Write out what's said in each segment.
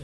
いや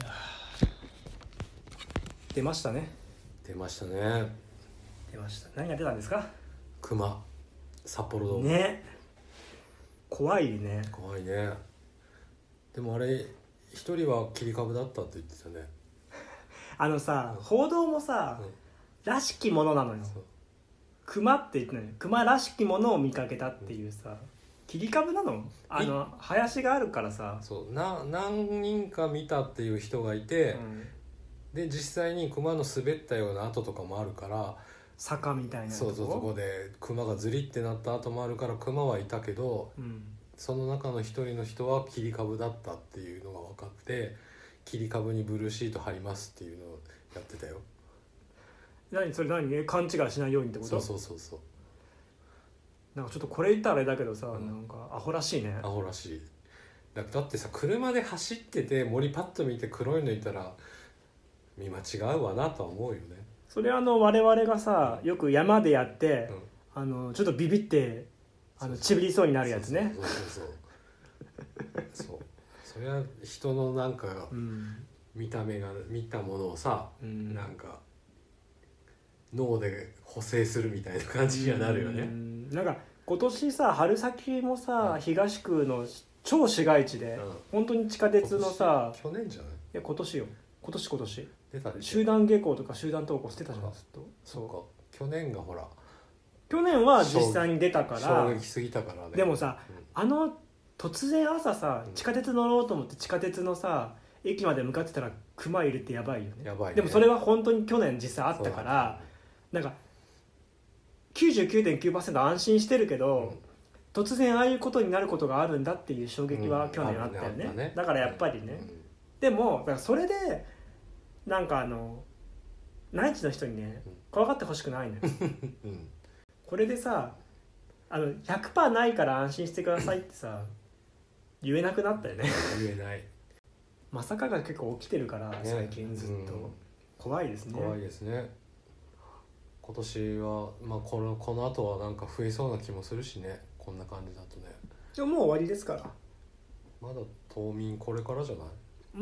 出ましたね。 出ましたね。 出ました。何が出たんですか？ 熊、札幌ドーム。 ね、怖いね。 怖いね。でもあれ一人は切り株だったって言ってたね。 あのさ、報道もさ、らしきものなのよ。熊って言ってない。熊らしきものを見かけたっていうさ、切り株なの？林があるからさ。 そう何人か見たっていう人がいて、で実際に熊の滑ったような跡とかもあるから、 坂みたいなとこ。 そこで熊がズリってなった跡もあるから熊はいたけど、その中の一人の人は切り株だったっていうのが分かって、切り株にブルーシート貼りますっていうのをやってたよ。 それ勘違いしないようにってこと？ そうなんかちょっとこれ言ったらあれだけどさ、なんかアホらしいね。 アホらしい。だってさ、車で走ってて森パッと見て黒いのいたら見間違うわなとは思うよね。 それ我々がさ、よく山でやって、ちょっとビビってちびりそうになるやつね。 そうそれは人のなんか見た目が見たものをさ、なんか脳で補正するみたいな感じにはなるよね。 なんか今年さ、春先もさ、東区の超市街地で、本当に地下鉄のさ、 去年じゃない？いや今年出たでしょ。 集団下校とか集団登校してたじゃん、ずっと。 そうか、去年がほら、 去年は実際に出たから衝撃すぎたからね。 でもさ、突然朝さ、地下鉄乗ろうと思って地下鉄のさ駅まで向かってたら熊いるってやばいよね。 やばいね。 でもそれは本当に去年実際あったから、なんか 99.9% 安心してるけど、突然ああいうことになることがあるんだっていう衝撃は去年あったよね。だからやっぱりね、でもだからそれでなんか内地の人にね、怖がってほしくないのよ。これでさ、100% ないから安心してくださいってさ言えなくなったよね。 言えない。 まさかが結構起きてるから、最近ずっと、怖いですね。 怖いですね。今年は、この後はなんか増えそうな気もするしね、こんな感じだとね。 でももう終わりですから。 まだ冬眠これからじゃない？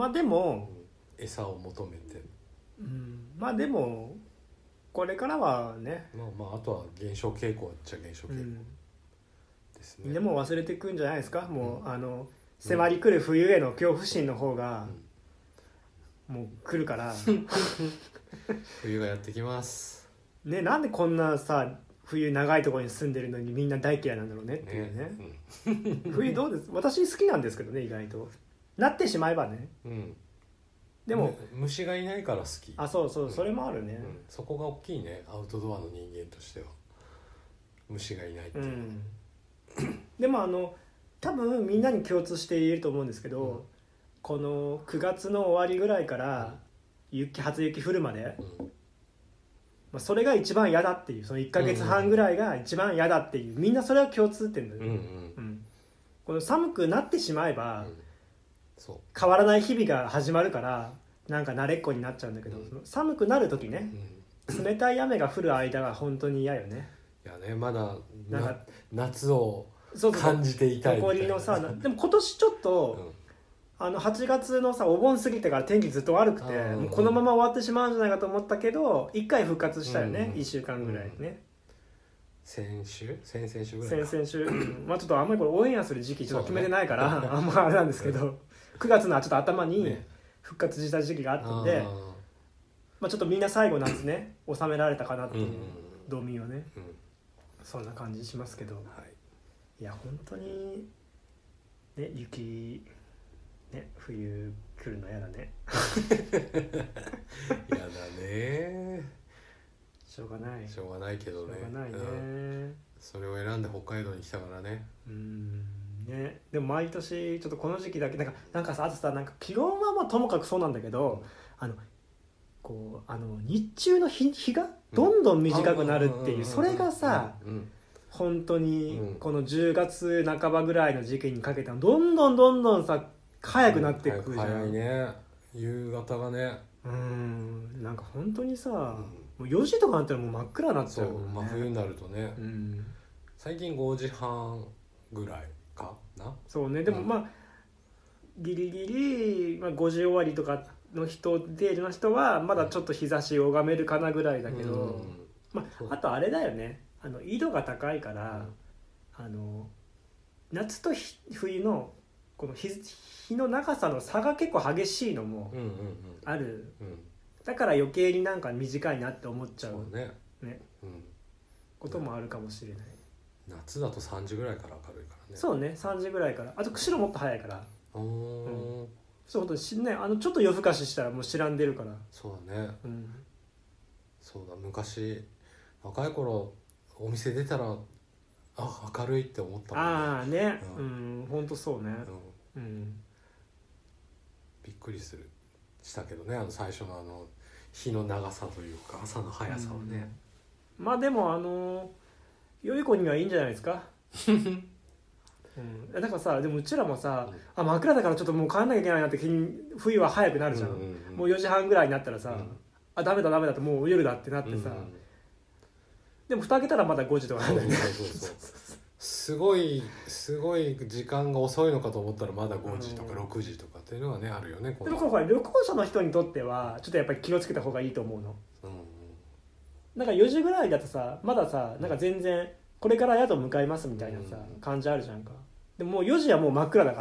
でも、 餌を求めて、 でもこれからはね、 あとは減少傾向っちゃ減少傾向ですね。 でも忘れていくんじゃないですか。もう迫り来る冬への恐怖心の方が、もう来るから冬がやってきますね。なんでこんなさ、冬長いところに住んでるのにみんな大嫌いなんだろうねっていうね。冬どうです？私好きなんですけどね、意外と。なってしまえばね。でも虫がいないから好き。 そう、それもあるね。 そこが大きいね、アウトドアの人間としては。虫がいないっていう、 でも多分みんなに共通して言えると思うんですけど、この9月の終わりぐらいから初雪降るまで、それが一番嫌だっていう、その1ヶ月半ぐらいが一番嫌だっていう、みんなそれは共通点だよね。この寒くなってしまえば、変わらない日々が始まるから、なんか慣れっこになっちゃうんだけど、寒くなる時ね、冷たい雨が降る間が本当に嫌よね。 いやね、まだ夏を感じていたいみたいな。 残りのさ、でも今年ちょっと、8月のさ、お盆過ぎてから天気ずっと悪くて、もうこのまま終わってしまうんじゃないかと思ったけど、1回復活したよね、1週間ぐらいね。 先々週ぐらいか。 先々週、ちょっとあんまりこれオンエアする時期ちょっと決めてないから、あんまあれなんですけど、9月のちょっと頭に復活した時期があったんで、ちょっとみんな最後夏ね、収められたかなっていう、道民はね、そんな感じしますけど、いや本当にね、雪ね、冬来るの嫌だね。 嫌だね。 しょうがないけどね。 しょうがないね。 それを選んで北海道に来たからね。 ね、でも毎年ちょっとこの時期だけなんかさ、あとさ、なんか気温はともかくそうなんだけど、日中の日がどんどん短くなるっていう、それがさ、本当にこの10月半ばぐらいの時期にかけてどんどんさ早くなっていくじゃん。 早いね、夕方がね。 なんか本当にさ、もう4時とかなったらもう真っ暗になっちゃうもんね。 冬になるとね、最近5時半ぐらいかな。 そうね。でもギリギリ、5時終わりとかの人デールの人はまだちょっと日差しを拝めるかなぐらいだけど、あとあれだよね、緯度が高いから、夏と冬のこの日の長さの差が結構激しいのもある、だから余計になんか短いなって思っちゃう、こともあるかもしれない。 夏だと3時ぐらいから明るいからね。 そうね、3時ぐらいから。あと釧路もっと早いから。そう本当にね、ちょっと夜更かししたらもう知らんでるから。 そうだね、そうだ、昔若い頃お店出たら明るいって思ったもんね。 ああね、本当そうね、 びっくりしたけどね、最初の日の長さというか朝の速さはね、 まあでも良い子にはいいんじゃないですか。だからさ、でもうちらもさ、真っ暗だからちょっともう帰んなきゃいけないなって冬は早くなるじゃん、もう4時半ぐらいになったらさ、ダメだってもう夜だってなってさ、でも蓋開けたらまだ5時とかなんだよね。 すごい時間が遅いのかと思ったらまだ5時とか6時とかっていうのはねあるよね。 でもこれ旅行者の人にとってはちょっとやっぱり気をつけた方がいいと思うの。なんか4時ぐらいだとさ、まださ、なんか全然これから宿向かいますみたいなさ、感じあるじゃんか。でももう4時はもう真っ暗だから、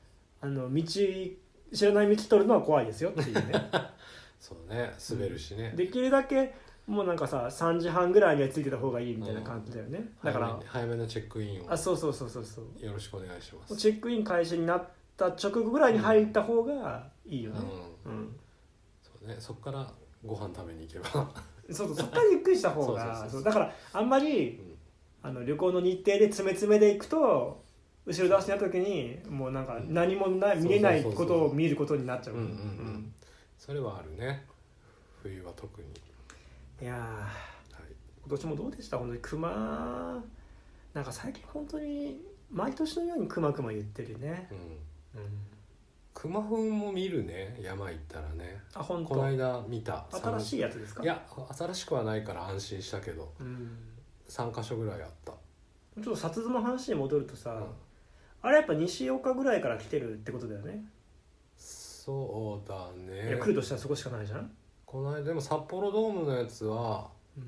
知らない道取るのは怖いですよっていうね。 そうね、滑るしね、 できるだけもうなんかさ3時半ぐらいにはついてた方がいいみたいな感じだよね、だから早めのチェックインをそうよろしくお願いします。 チェックイン開始になった直後ぐらいに入った方がいいよね。 そうね、そっからご飯食べに行けばそっからゆっくりした方がだからあんまり、旅行の日程で詰めで行くと後ろ倒しになった時にもうなんか何も見えないことを見ることになっちゃう。 それはあるね、冬は特に。 いや今年もどうでした本当に熊。なんか最近本当に毎年のように熊言ってるね。 熊糞も見るね、山行ったらね。 本当。 この間見た。 新しいやつですか？ いや新しくはないから安心したけど、3カ所ぐらいあった。 ちょっと薩津の話に戻るとさ、あれやっぱ西岡ぐらいから来てるってことだよね。 そうだね。 いや来るとしたらそこしかないじゃん。 この間でも札幌ドームのやつは、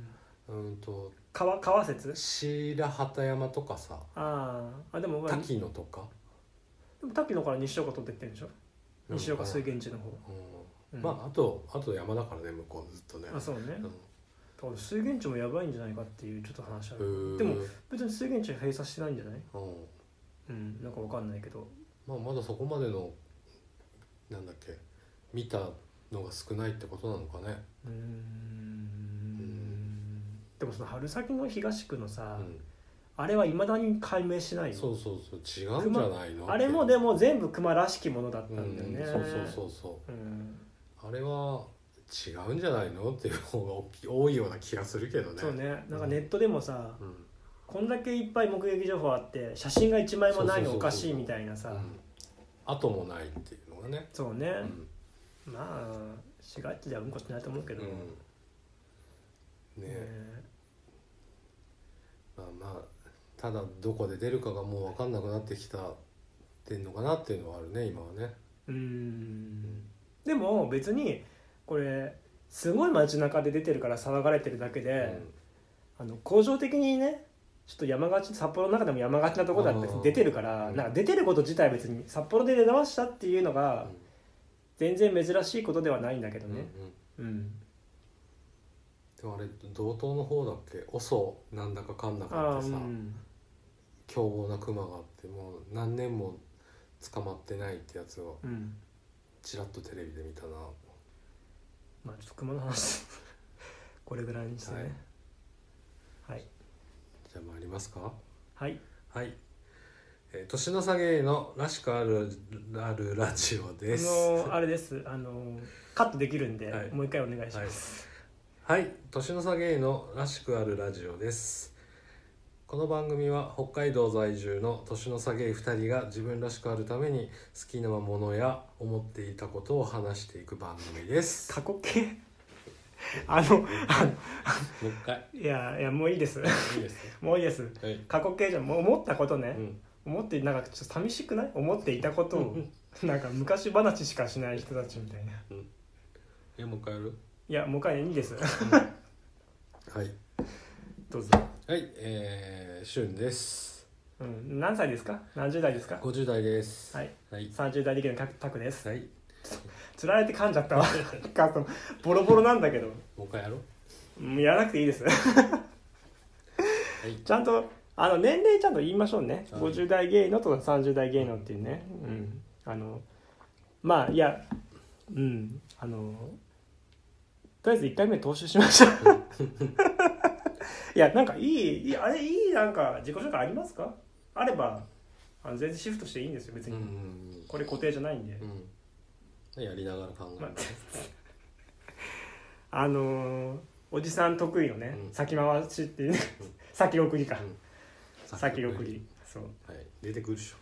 川説白畑山とかさ、 でも滝野とか、 でも滝野から西岡取ってってるんでしょ、西岡水源地の方。 あと山だからね、向こうずっとね。 そうね、水源地もやばいんじゃないかっていうちょっと話ある。でも別に水源地は閉鎖してないんじゃない？なんかわかんないけど、 まだそこまでのなんだっけ見たのが少ないってことなのかね。 でもその春先の東区のさ、あれはいまだに解明しないよ。 そう違うんじゃないの。 あれもでも全部熊らしきものだったんだよね。 あれは違うんじゃないのっていう方が多いような気がするけどね。 そうね、なんかネットでもさ、こんだけいっぱい目撃情報あって写真が1枚もないのおかしいみたいなさ、 後もないっていうのがね。 そうね、まあ市街地ではうんこしないと思うけど、 ただどこで出るかがもう分かんなくなってきてんのかなっていうのはあるね、今はね。 でも別にこれすごい街中で出てるから騒がれてるだけで、恒常的にねちょっと札幌の中でも山がちなところだって出てるから、なんか出てること自体別に札幌で出ましたっていうのが全然珍しいことではないんだけどね。 でもあれ道東の方だっけ、ＯＳＯなんだかかんだかってさ、凶暴なクマがあってもう何年も捕まってないってやつをちらっとテレビで見たな。 ちょっとクマの話これぐらいにしてね。はい、 じゃあ参りますか。 はい、 年の差芸のらしくあるラジオです。 あれですカットできるんで、もう一回お願いします。 はい、年の差芸のらしくあるラジオです。この番組は北海道在住の年の差芸2人が自分らしくあるために好きなものや思っていたことを話していく番組です。 過去形もう一回。 いやもういいです。もういいです。過去形じゃもう思ったことね。思ってなんかちょっと寂しくない？思っていたことをなんか昔話しかしない人たちみたいな。 もう一回やる？ いやもう一回いいです。 はいどうぞ。 はい、しゅんです。 何歳ですか？何十代ですか ？50代です。 はい、 はい、 30代的なタクです。 はい。 つられて噛んじゃったわ。ボロボロなんだけど。 もう一回やろう。やらなくていいです。はい、ちゃんと年齢ちゃんと言いましょうね。はい、50代芸能と30代芸能っていうね。まあいやとりあえず1回目踏襲しました。いやなんかいいなんか自己紹介ありますか？あれば全然シフトしていいんですよ別に。これ固定じゃないんで。 やりながら考える。 おじさん得意のね、先回しっていうね、先送りか、先送り、そう、 はい、出てくるでしょ。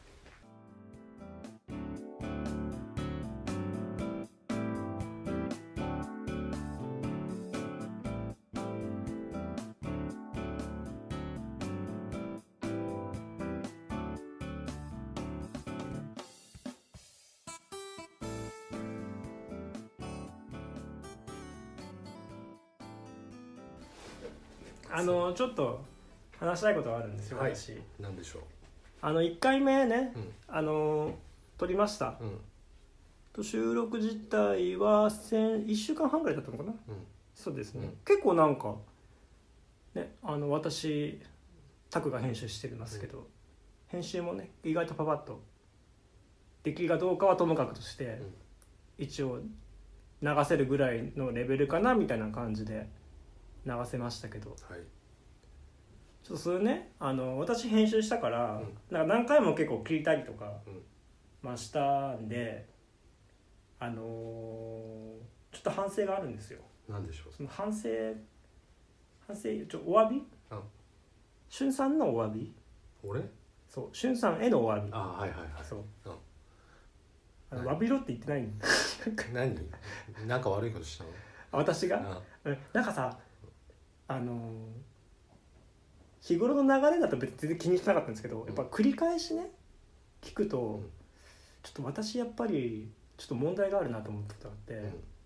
ちょっと話したいことがあるんですよ、 はい、 私。 何でしょう。 1回目ね、撮りました、収録自体は1週間半ぐらいだったのかな、そうですね、結構なんかね私タクが編集してますけど、編集もね意外とパパッとできるかどうかはともかくとして、一応流せるぐらいのレベルかなみたいな感じで流せましたけど、 はい、 ちょっとそれね私編集したから、なんか何回も結構聞いたりとか、したんでちょっと反省があるんですよ。 なんでしょう。 その反省お詫び、しゅんさんのお詫び。 俺？ そう、しゅんさんへのお詫び。 はいはいはい。 そう、詫びろって言ってないの。 何？なんか悪いことしたの？ 私が？なんかさ日頃の流れだと別に全然気にしてなかったんですけど、やっぱ繰り返しね聞くと、ちょっと私やっぱりちょっと問題があるなと思ってたので、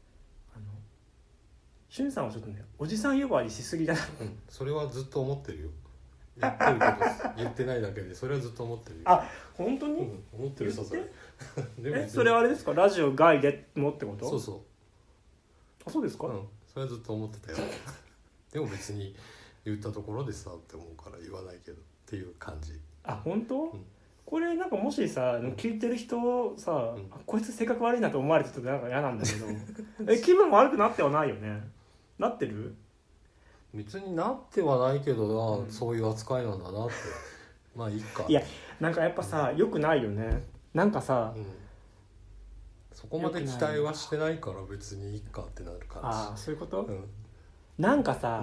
しゅんさんはちょっとねおじさん呼ばわりしすぎだな、 それはずっと思ってるよ。言ってるけど言ってないだけでそれはずっと思ってるよ。 あ、本当に？ 思ってるさそれ。 それはあれですか？ラジオ外でもってこと？ そうそう。 あ、そうですか？ それはずっと思ってたよ。でも別に言ったところでさって思うから言わないけどっていう感じ。 あ、本当？これなんかもしさ聞いてる人さ、こいつ性格悪いなと思われてるとなんか嫌なんだけど気分悪くなってはないよね？なってる？ 別になってはないけどな、そういう扱いなんだなってまあいいか。 いやなんかやっぱさ、良くないよね。なんかさ、 そこまで期待はしてないから別にいいかってなる感じ。 ああ、そういうこと？なんかさ、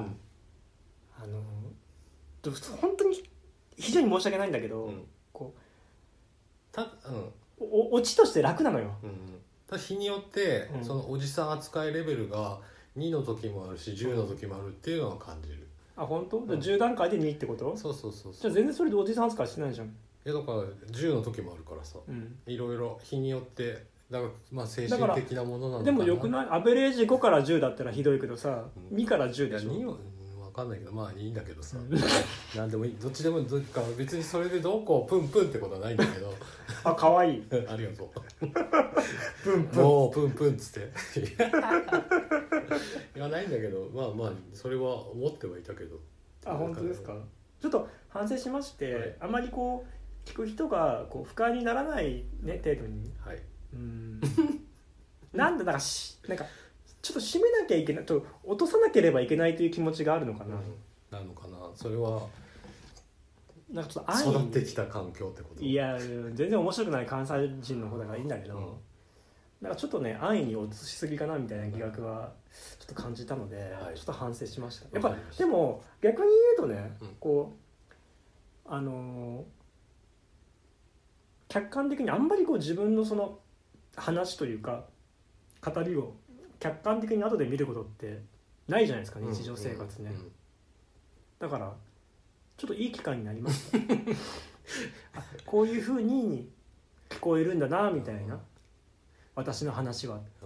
本当に非常に申し訳ないんだけど、こうオチとして楽なのよ。 ただ日によって、そのおじさん扱いレベルが2の時もあるし10の時もあるっていうのは感じる。 あ、本当？10段階で2ってこと？ そうじゃあ全然それでおじさん扱いしてないじゃん。 だから10の時もあるからさ、いろいろ日によってだからまあ精神的なものなのかな。 でもよくない？アベレージ5から10だったらひどいけどさ、2から10でしょ。 いや2は分かんないけどまあいいんだけどさ、なんでもいい、どっちでもどっちか別にそれでどうこうプンプンってことはないんだけどあ、かわいいありがとうプンプンもうプンプンっつって言わないんだけど、まあまあそれは思ってはいたけど。 あ、本当ですか？ちょっと反省しまして、あまりこう聞く人がこう不快にならないね程度に、なんだなんかちょっと締めなきゃいけない、と落とさなければいけないという気持ちがあるのかな、 なのかな。それはなんかちょっと安易に育ってきた環境ってこと？ いや全然面白くない関西人の方だからいいんだけど、なんかちょっとね安易に落としすぎかなみたいな疑惑はちょっと感じたので、ちょっと反省しました。やっぱでも逆に言うとね、こう客観的にあんまりこう自分のその話というか語りを客観的に後で見ることってないじゃないですか、日常生活ね。だからちょっといい機会になりましたこういう風に聞こえるんだなみたいな。 私の話はあ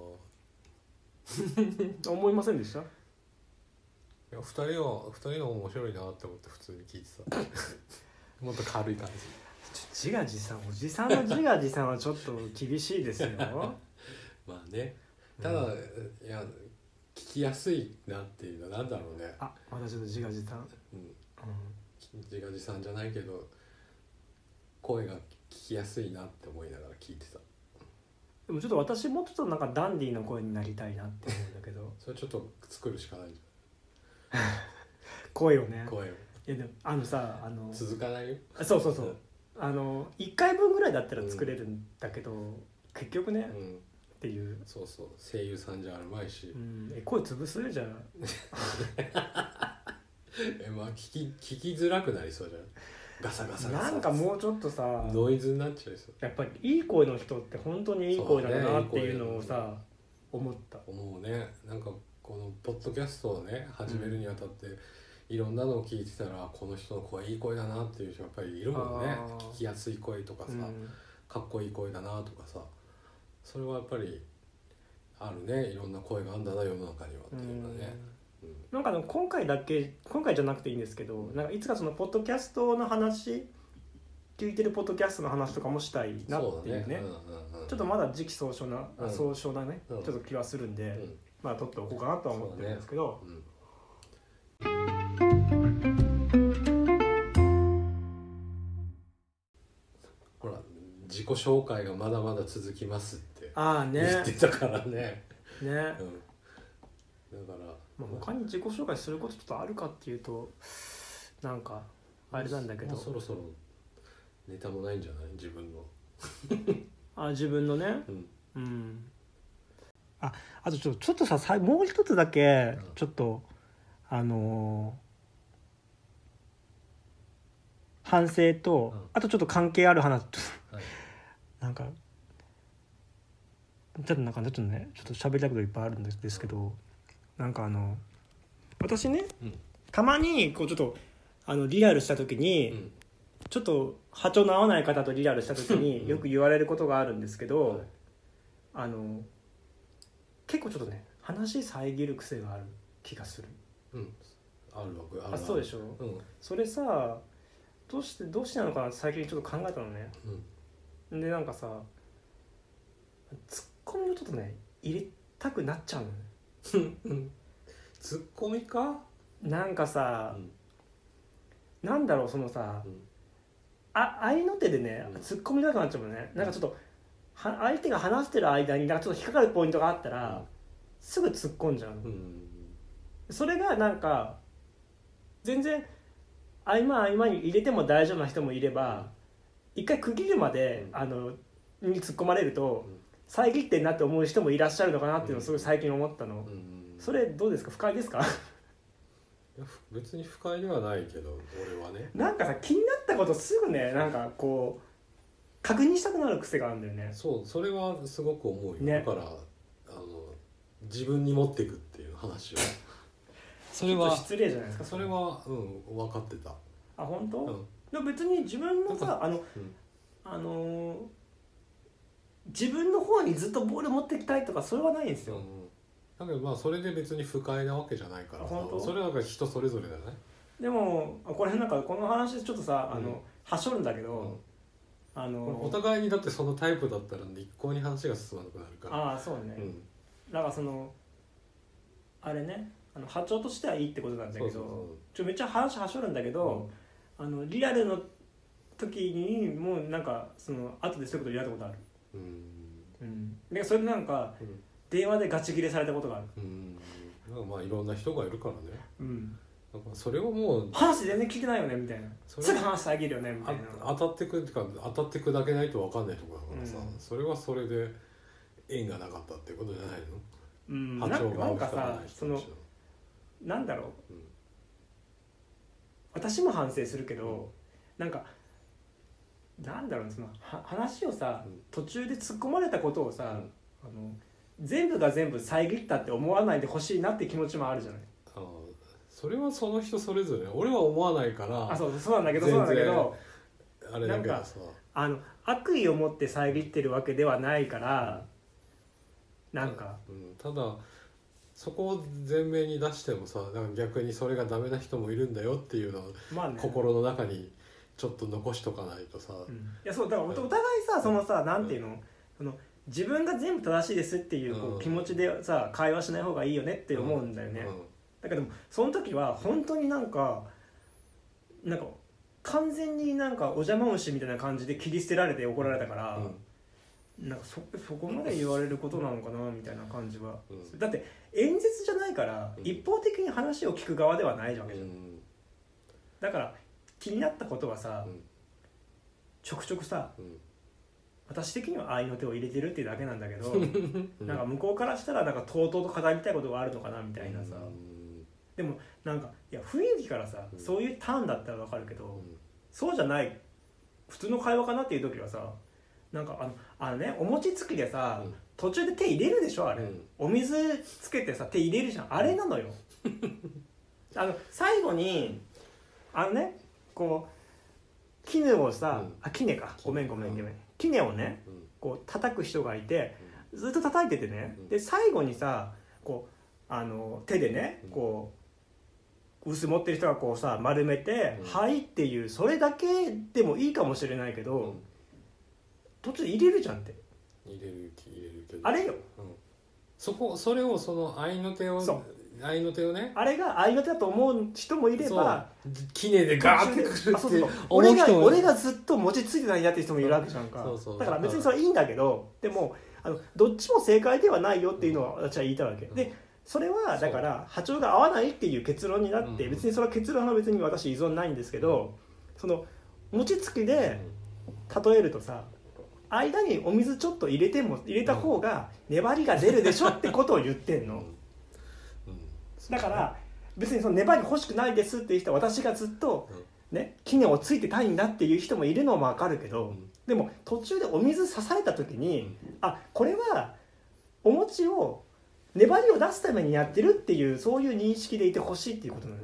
思いませんでした？ いや2人の面白いなって思って普通に聞いてたもっと軽い感じ。 自画自賛、おじさんの自画自賛はちょっと厳しいですよまあね、ただ、いや聞きやすいなっていうのはなんだろうね。 あ、私の自画自賛、 自画自賛じゃないけど声が聞きやすいなって思いながら聞いてた。 でもちょっと私もうちょっとなんかダンディーな声になりたいなって思うんだけどそれちょっと作るしかないんじ声をね。 ゃん。声を。 いやでも続かないよ。 そう1回分ぐらいだったら作れるんだけど、結局ね、っていう。 そう声優さんじゃあるまいし、 声潰すよじゃんまあ聞きづらくなりそうじゃん。ガサガサガサなんかもうちょっとさノイズになっちゃいそう。 やっぱりいい声の人って本当にいい声なんだなっていうのをさ、思った。 思うね。なんかこのポッドキャストをね始めるにあたって、いろんなのを聞いてたらこの人の声いい声だなっていう人やっぱりいるもんね。聞きやすい声とかさ、かっこいい声だなとかさ、それはやっぱりあるね。いろんな声があんだな世の中にはっていうのはね。 なんか今回じゃなくていいんですけど、なんかいつかそのポッドキャストの話、聞いてるポッドキャストの話とかもしたいなっていうね。ちょっとまだ時期尚早なね、ちょっと気はするんで、まあ取っておこうかなとは思ってるんですけど、 ほら自己紹介がまだまだ続きますって言ってたからね。だから、 まあ、他に自己紹介することちょっとあるかっていうとなんかあれなんだけど、 もうそろそろネタもないんじゃない？自分の自分のね、あとちょっとさ、もう一つだけちょっと反省と、あとちょっと関係ある話と、なんかちょっとねちょっと喋りたいこといっぱいあるんですけど、なんか私ね、たまにこうちょっとリアルした時に、ちょっと波長の合わない方とリアルした時によく言われることがあるんですけど、結構ちょっとね話遮る癖がある気がする。 あるわけ。 そうでしょ、それさどうしてなのかなって最近ちょっと考えたのね、でなんかさツッコミをちょっとね入れたくなっちゃうのねツッコミかなんかさ、なんだろうそのさ、合いの手でねツッコミなくなっちゃうもんね。なんかちょっと相手が話してる間になんかちょっと引っかかるポイントがあったら、すぐ突っ込んじゃうの、それがなんか全然合間に入れても大丈夫な人もいれば、一回区切るまでに突っ込まれると遮ってんなって思う人もいらっしゃるのかなっていうのをすごい最近思ったの。それどうですか？不快ですか？ 別に不快ではないけど俺はね、 なんかさ気になったことすぐねなんかこう確認したくなる癖があるんだよね。 それはすごく思うよ、だから自分に持っていくっていう話をそれは失礼じゃないですか。 それは分かってた。 本当？でも別に自分のさ自分の方にずっとボール持っていきたいとかそれはないんですよ、 だけどまあそれで別に不快なわけじゃないからさ、それはなんか人それぞれだね。 でもこれなんかこの話ちょっとさはしょるんだけど、 お互いにだってそのタイプだったら一向に話が進まなくなるから。 そうね、だからあれね波長としてはいいってことなんだけど、めっちゃ話はしょるんだけど、リアルの時にもうなんか後でそういうこと言われたことある。でそれでなんか、電話でガチ切れされたことがある。 まあいろんな人がいるからね。だからそれをもう話全然聞いてないよねみたいな、すぐ話してあげるよねみたいな。 当たってくだけないと分かんないところだからさ、それはそれで縁がなかったってことじゃないの？波長が合う人がない人たちの。 なんだろう、私も反省するけど、なんかなんだろう話をさ、途中で突っ込まれたことをさ、全部が全部遮ったって思わないでほしいなって気持ちもあるじゃない。 それはその人それぞれ。俺は思わないからそうなんだけどあれだけどさ、 悪意を持って遮ってるわけではないから、 なんか、 ただそこを前面に出してもさ、だから逆にそれがダメな人もいるんだよっていうのを、 まあね、 心の中にちょっと残しとかないとさ、 いやそうだからお互いさ、そのさ、なんていうの、その自分が全部正しいですっていう、こう気持ちでさ会話しない方がいいよねって思うんだよね、だけどもその時は本当になんか完全になんかお邪魔虫みたいな感じで切り捨てられて怒られたから、なんかそこまで言われることなのかなみたいな感じは、だって演説じゃないから一方的に話を聞く側ではないわけじゃん、だから気になったことはさ、ちょくちょくさ、私的には愛の手を入れてるっていうだけなんだけどなんか向こうからしたらなんかとうとうと語りたいことがあるのかなみたいなさ、でもなんかいや雰囲気からさ、そういうターンだったら分かるけど、そうじゃない普通の会話かなっていう時はさ、なんかね、お餅つきでさ、途中で手入れるでしょあれ、お水つけてさ手入れるじゃん、あれなのよ最後にね、こう絹をさ、絹か、ごめん絹をね、こう叩く人がいて、ずっと叩いててね、で最後にさ、こう手でね、こう薄持ってる人がこうさ丸めて、はいっていう、それだけでもいいかもしれないけど、途中入れるじゃんって、 入れるけどあれよ、 それをその愛の手をね、 あれが愛の手だと思う人もいれば、 杵でガーってくるって俺がずっと餅ついてないなって人もいるわけじゃんか。だから別にそれはいいんだけど、でもどっちも正解ではないよっていうのは私は言いたいわけで、それはだから波長が合わないっていう結論になって、別にそれは結論は別に私依存ないんですけど、その餅つきで例えるとさ、間にお水ちょっと入れた方が粘りが出るでしょってことを言ってんの。だから別にその粘り欲しくないですっていう人は、私がずっとね杵をついてたいんだっていう人もいるのも分かるけど、でも途中でお水刺された時に、これはお餅を粘りを出すためにやってるっていう、そういう認識でいてほしいっていうことなのよ。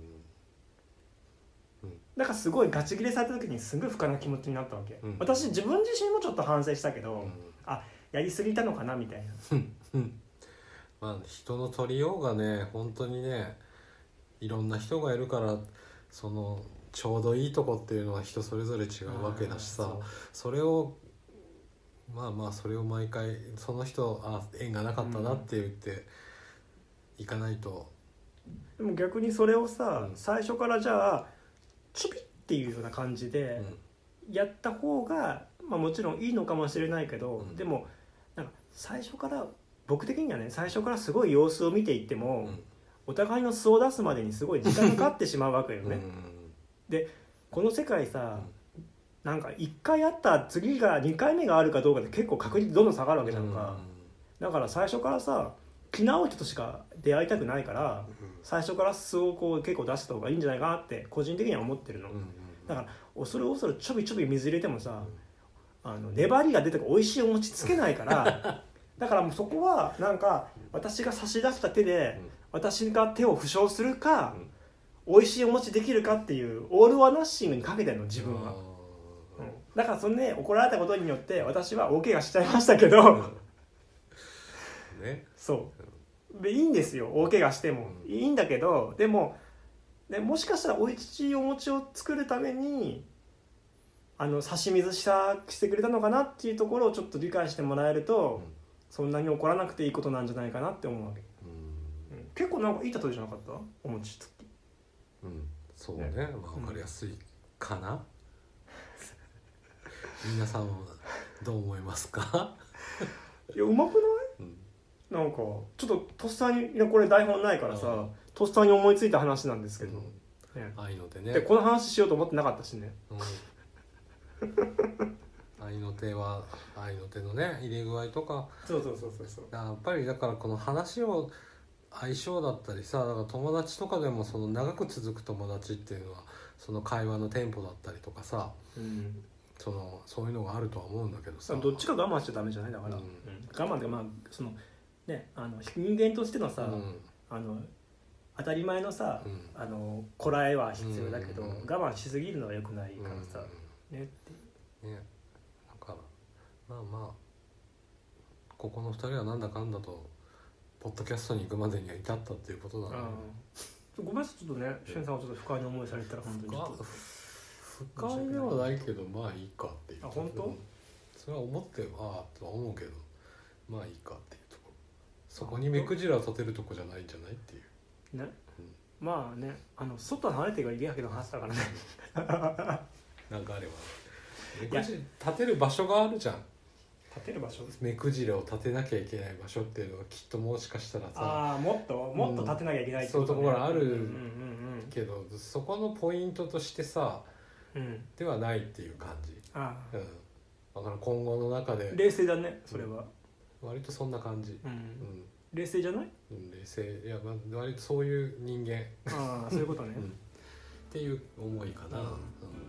だからすごいガチ切れされた時にすごい不可な気持ちになったわけ、私自分自身もちょっと反省したけど、やりすぎたのかなみたいなまあ人の取りようがね、本当にね、いろんな人がいるから、そのちょうどいいとこっていうのは人それぞれ違うわけだしさ、それをそれを毎回その人縁がなかったなって言っていかないと、 でも逆にそれをさ、最初からじゃあちょびっていうような感じでやった方が、もちろんいいのかもしれないけど、でもなんか最初から僕的にはね、最初からすごい様子を見ていっても、お互いの素を出すまでにすごい時間がかかってしまうわけよねでこの世界さ、なんか1回あった次が2回目があるかどうかで結構確率どんどん下がるわけじゃんか、だから最初からさ気の合う人としか出会いたくないから、最初から素をこう結構出した方がいいんじゃないかなって個人的には思ってるの、だから恐る恐るちょびちょび水入れてもさ、粘りが出て美味しいお餅つけないからだからもうそこはなんか私が差し出した手で私が手を負傷するか、美味しいお餅できるかっていうオール・オア・ナッシングにかけてるの自分は、だからそれね、怒られたことによって私は大怪我しちゃいましたけどね、 そうでいいんですよ、大怪我してもいいんだけど、でももしかしたら美味しいお餅を作るために差し水してくれたのかなっていうところをちょっと理解してもらえると、そんなに怒らなくていいことなんじゃないかなって思うわけ、結構なんかいい例えじゃなかった？お餅つき。 そうね、分かりやすいかな皆さんはどう思いますかいや、うまくない？なんかちょっととっさに、いやこれ台本ないからさ、とっさに思いついた話なんですけど、 愛の手ね、 でこの話しようと思ってなかったしね、 愛の手は愛の手のね入れ具合とか、 そうやっぱりだからこの話を相性だったりさ、だから友達とかでもその長く続く友達っていうのはその会話のテンポだったりとかさ、そういうのがあるとは思うんだけどさ、 どっちか我慢しちゃダメじゃない？だから、我慢ってそのね、人間としてのさ、当たり前のさ、こらえは必要だけど、我慢しすぎるのは良くないからさ、ねってね、だからここの2人はなんだかんだとポッドキャストに行くまでには至ったっていうことだね。 ごめんなさい、ちょっとね、しゅんさんはちょっと不快な思いされたら本当にちょっと不快ではないけど、まあいいかっていう。 あ、本当？ それは思ってとは思うけど、まあいいかっていうところ。そこに目くじらを立てるとこじゃないんじゃないっていうね、まあね、外離れてがいいやけど話だからねなんかあれば目くじら立てる場所があるじゃん。 立てる場所、 目くじらを立てなきゃいけない場所っていうのがきっともしかしたらさ、 もっと立てなきゃいけないってそういうところがあるけど、そこのポイントとしてさ、ではないっていう感じ。だから今後の中で冷静だね、それは、 割とそんな感じ、 冷静じゃない？ 冷静、いや、割とそういう人間そういうことね、 っていう思いかな。